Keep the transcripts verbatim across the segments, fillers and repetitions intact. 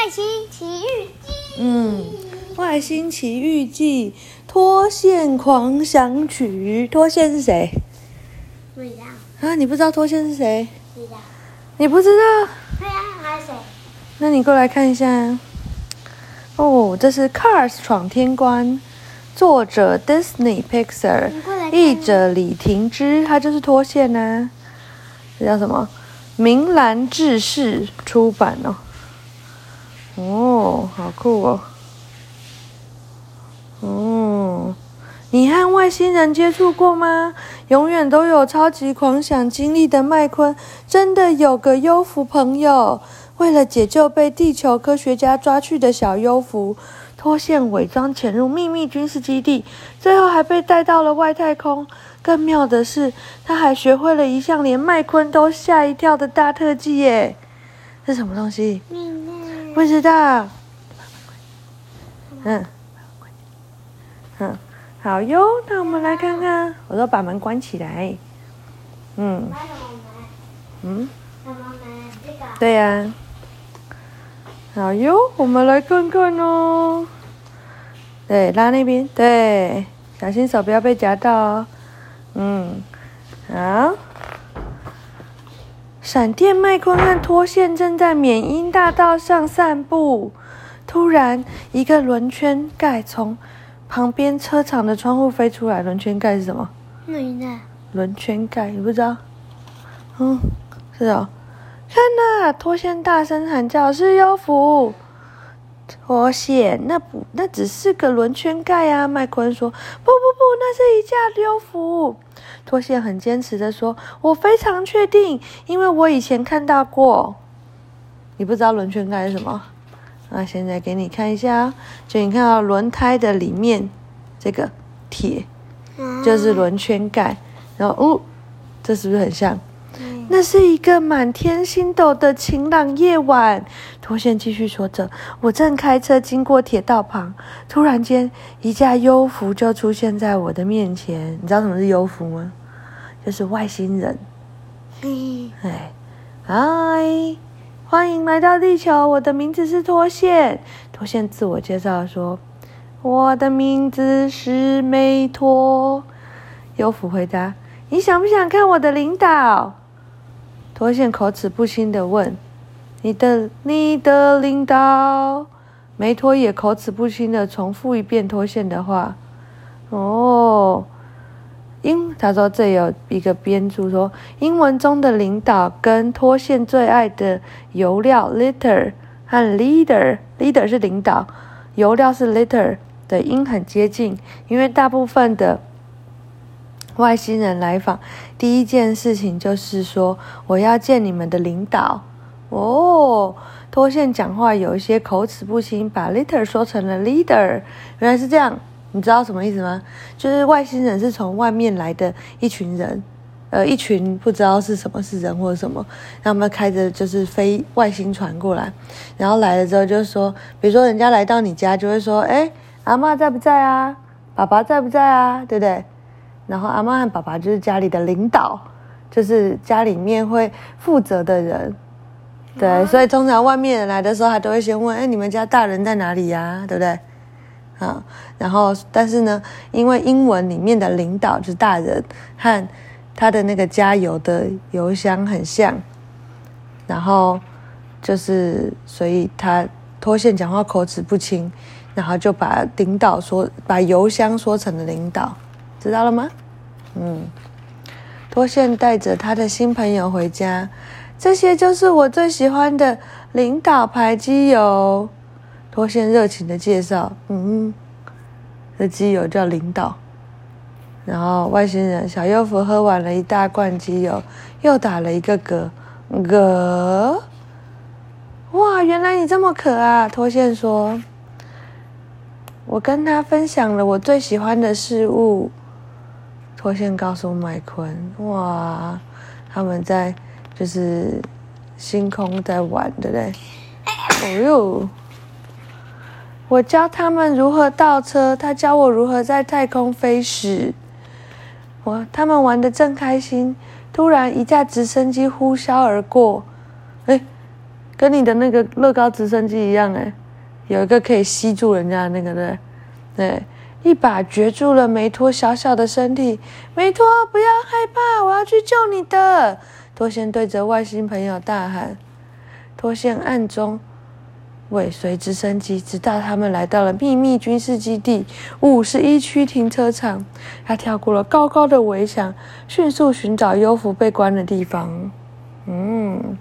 星奇遇记。 嗯，外星奇遇记，脱线狂想曲。脱线是谁？ 不知道。 啊，你不知道脱线是谁？ 不知道。 你不知道？ 对啊，还有谁？ 那你过来看一下。哦，这是《Cars 闯天关》，作者 Disney Pixar， 译者李廷芝，他就是脱线啊。这叫什么？明兰志士出版哦。哦，好酷哦。哦，你和外星人接触过吗？永远都有超级狂想经历的麦昆，真的有个幽浮朋友。为了解救被地球科学家抓去的小幽浮，脱线伪装潜入秘密军事基地，最后还被带到了外太空。更妙的是，他还学会了一项连麦昆都吓一跳的大特技耶！是什么东西？不知道。嗯，嗯，好哟，那我们来看看。我说把门关起来。嗯。嗯。对呀、啊。好哟，我们来看看哦。对，拉那边，对，小心手不要被夹到哦。嗯，好。闪电麦昆和脱线正在缅因大道上散步，突然，一个轮圈盖从旁边车场的窗户飞出来。轮圈盖是什么？轮圈盖，你不知道？嗯，是哦。看呐、啊！脱线大声喊叫，是幽浮。脱线，那不，那只是个轮圈盖啊！麦昆说：“不不不，那是一架幽浮。”脱线很坚持的说：“我非常确定，因为我以前看到过。”你不知道轮圈盖是什么？那现在给你看一下啊，就你看到轮胎的里面这个铁，就是轮圈盖。然后，哦，这是不是很像？那是一个满天星斗的晴朗夜晚，脱线继续说着，我正开车经过铁道旁，突然间一架幽浮就出现在我的面前。你知道什么是幽浮吗？就是外星人。哎，嗨，欢迎来到地球，我的名字是脱线。脱线自我介绍说，我的名字是美脱。幽浮回答，你想不想看我的领导？脱线口齿不清地问：“你的你的领导？”梅托也口齿不清地重复一遍脱线的话。哦，英他说这有一个编注说，英文中的领导跟脱线最爱的油料 liter 和 leader leader 是领导，油料是 liter 的音很接近，因为大部分的外星人来访，第一件事情就是说我要见你们的领导。哦，脱线讲话有一些口齿不清，把 liter 说成了 leader， 原来是这样。你知道什么意思吗？就是外星人是从外面来的一群人，呃，一群不知道是什么是人或者什么，然后他们开着就是飞外星船过来，然后来了之后就说，比如说人家来到你家就会说，哎，阿嬷在不在啊？爸爸在不在啊？对不对？然后阿嬷和爸爸就是家里的领导，就是家里面会负责的人，对，啊、所以通常外面人来的时候，他都会先问：“哎，你们家大人在哪里呀？对不对？”啊，然后但是呢，因为英文里面的领导就是大人，和他的那个加油的油箱很像，然后就是所以他脱线讲话口齿不清，然后就把领导说把油箱说成了领导。知道了吗？嗯，脱线带着他的新朋友回家，这些就是我最喜欢的领导牌机油。脱线热情的介绍，嗯，这机油叫领导。然后外星人小幽浮喝完了一大罐机油，又打了一个嗝，嗝。哇，原来你这么渴啊！脱线说，我跟他分享了我最喜欢的事物。脱线告诉麦昆，哇，他们在就是星空在玩，对不对？哦呦，我教他们如何倒车，他教我如何在太空飞驶。哇，他们玩得正开心，突然一架直升机呼啸而过，哎， 跟你的那个乐高直升机一样哎，有一个可以吸住人家的那个对，对，一把攫住了梅托小小的身体。梅托，不要害怕，我要去救你的！脱线对着外星朋友大喊。脱线暗中尾随直升机，直到他们来到了秘密军事基地五十一区停车场。他跳过了高高的围墙，迅速寻找幽浮被关的地方。嗯，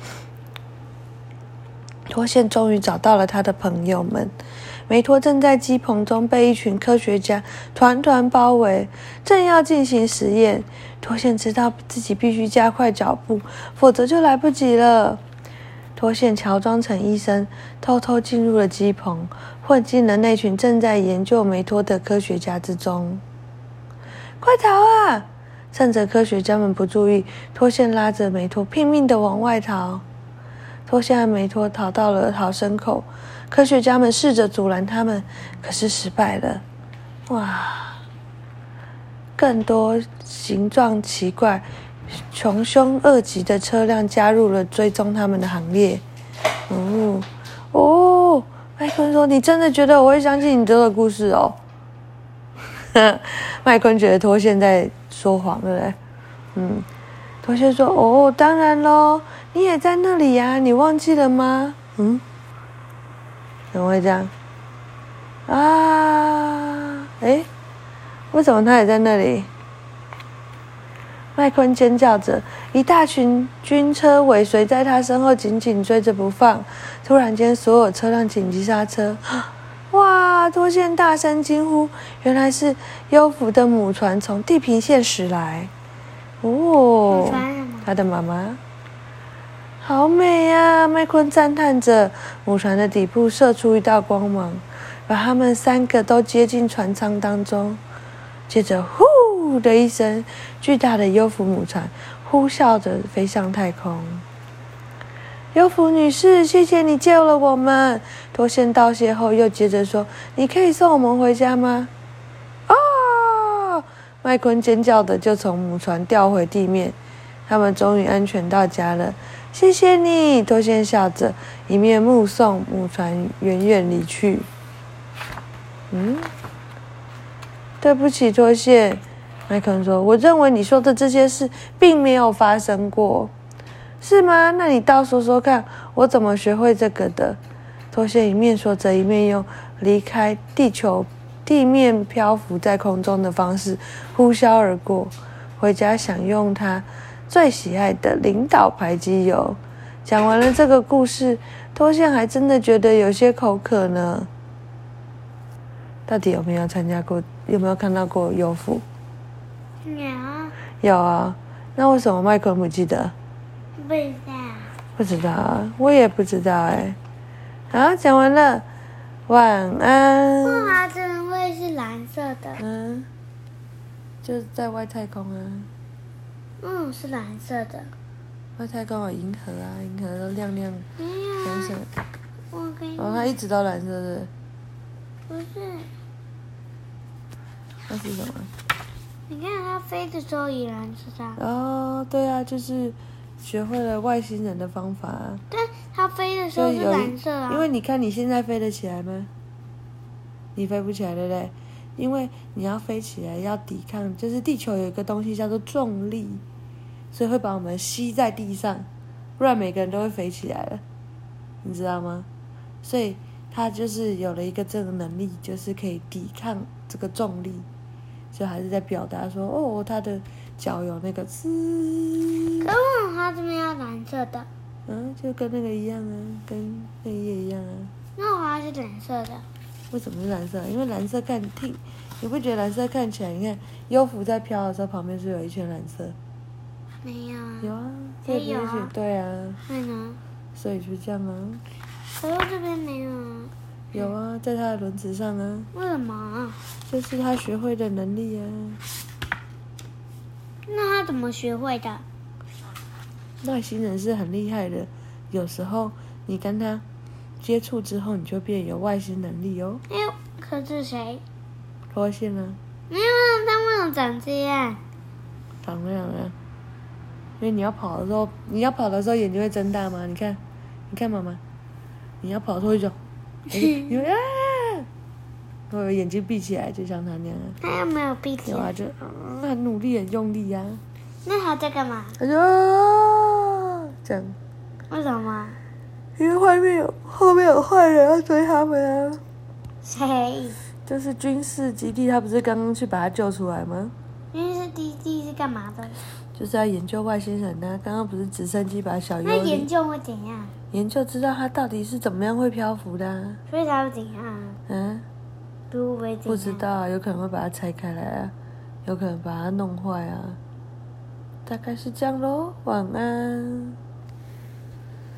脱线终于找到了他的朋友们。梅托正在机棚中被一群科学家团团包围，正要进行实验。脱线知道自己必须加快脚步，否则就来不及了。脱线乔装成医生，偷偷进入了机棚，混进了那群正在研究梅托的科学家之中。快逃啊！趁着科学家们不注意，脱线拉着梅托拼命地往外逃。脱线和梅托逃到了逃生口，科学家们试着阻拦他们，可是失败了。哇！更多形状奇怪、穷凶恶极的车辆加入了追踪他们的行列。哦哦，麦昆说：“你真的觉得我会相信你这个故事哦？”麦昆觉得脱线在说谎，对不对？嗯，脱线说：“哦，当然咯，你也在那里呀、啊，你忘记了吗？”嗯，怎么会这样？啊，诶，为什么他也在那里？麦昆尖叫着，一大群军车尾随在他身后，紧紧追着不放。突然间，所有车辆紧急刹车。哇！脱线大声惊呼，原来是幽浮的母船从地平线驶来。哦，他的妈妈，好美啊！麦昆赞叹着。母船的底部射出一道光芒，把他们三个都接进船舱当中。接着，呼的一声，巨大的幽浮母船呼啸着飞向太空。幽浮女士，谢谢你救了我们。脱线道谢后，又接着说：“你可以送我们回家吗？”哦！麦昆尖叫的就从母船掉回地面。他们终于安全到家了，谢谢你。脱线笑着，一面目送母船远远离去。嗯，对不起，脱线。麦昆说：“我认为你说的这些事并没有发生过。”是吗？那你倒说说看，我怎么学会这个的？脱线一面说着，一面用离开地球地面漂浮在空中的方式呼啸而过，回家享用他最喜爱的领导排机油。讲完了这个故事，脱线还真的觉得有些口渴呢。到底有没有参加过？有没有看到过幽浮？ 有。 有啊。那为什么麦克不记得？ 不知道。 不知道啊，我也不知道哎。好，讲完了，晚安。 为啥灯会是蓝色的？ 嗯，就是在外太空啊。 嗯，是蓝色的。 外太空有银河啊，银河都亮亮蓝色。 我跟你。 哦，它一直都蓝色的。 不是。 那是什么？ 你看它飞的时候也蓝色的。 哦，对啊，就是学会了外星人的方法啊。 但它飞的时候是蓝色啊。 因为你看你现在飞得起来吗？你飞不起来，对不对？因为你要飞起来，要抵抗，就是地球有一个东西叫做重力，所以会把我们吸在地上，不然每个人都会飞起来了，你知道吗？所以它就是有了一个这个能力，就是可以抵抗这个重力，所以还是在表达说，哦，它的脚有那个滋。 可是为什么它这边要蓝色的？ 嗯，就跟那个一样啊，跟那一页一样啊。 那我还是蓝色的。 为什么是蓝色？因为蓝色看听，你不觉得蓝色看起来？你看幽浮在飘的时候，旁边是有一圈蓝色。 没有啊。 有啊， 也有啊。 对啊。 会呢。 所以就这样啊。 可是这边没有啊。 有啊，在他的轮子上啊。 为什么？ 就是他学会的能力啊。 那他怎么学会的？ 外星人是很厉害的，有时候你跟他接触之后，你就变有外星能力哦。 哎，可是谁？ 脱线啊。 没有啊，他为什么长这样？ 长那样啊。因为你要跑的时候，你要跑的时候眼睛会睁大吗？你看， 你看妈妈，你要跑多久？你会啊！我有眼睛闭起来，就像他那样。 他又没有闭起来。 有啊，就嗯很努力、很用力呀、啊。 那他在干嘛？ 他就啊这样。 为什么？ 因为外面有后面有坏人要追他们啊。 谁？ 就是军事基地，他不是刚刚去把他救出来吗？ 军事基地是干嘛的？ 就是要研究外星人啊。刚刚不是直升机把小幽灵那研究会怎样？ 研究知道他到底是怎么样会漂浮的、啊。 所以他会怎样？ 嗯。 不会怎样？ 不知道啊，有可能会把它拆开来啊，有可能把它弄坏啊。大概是这样咯，晚安。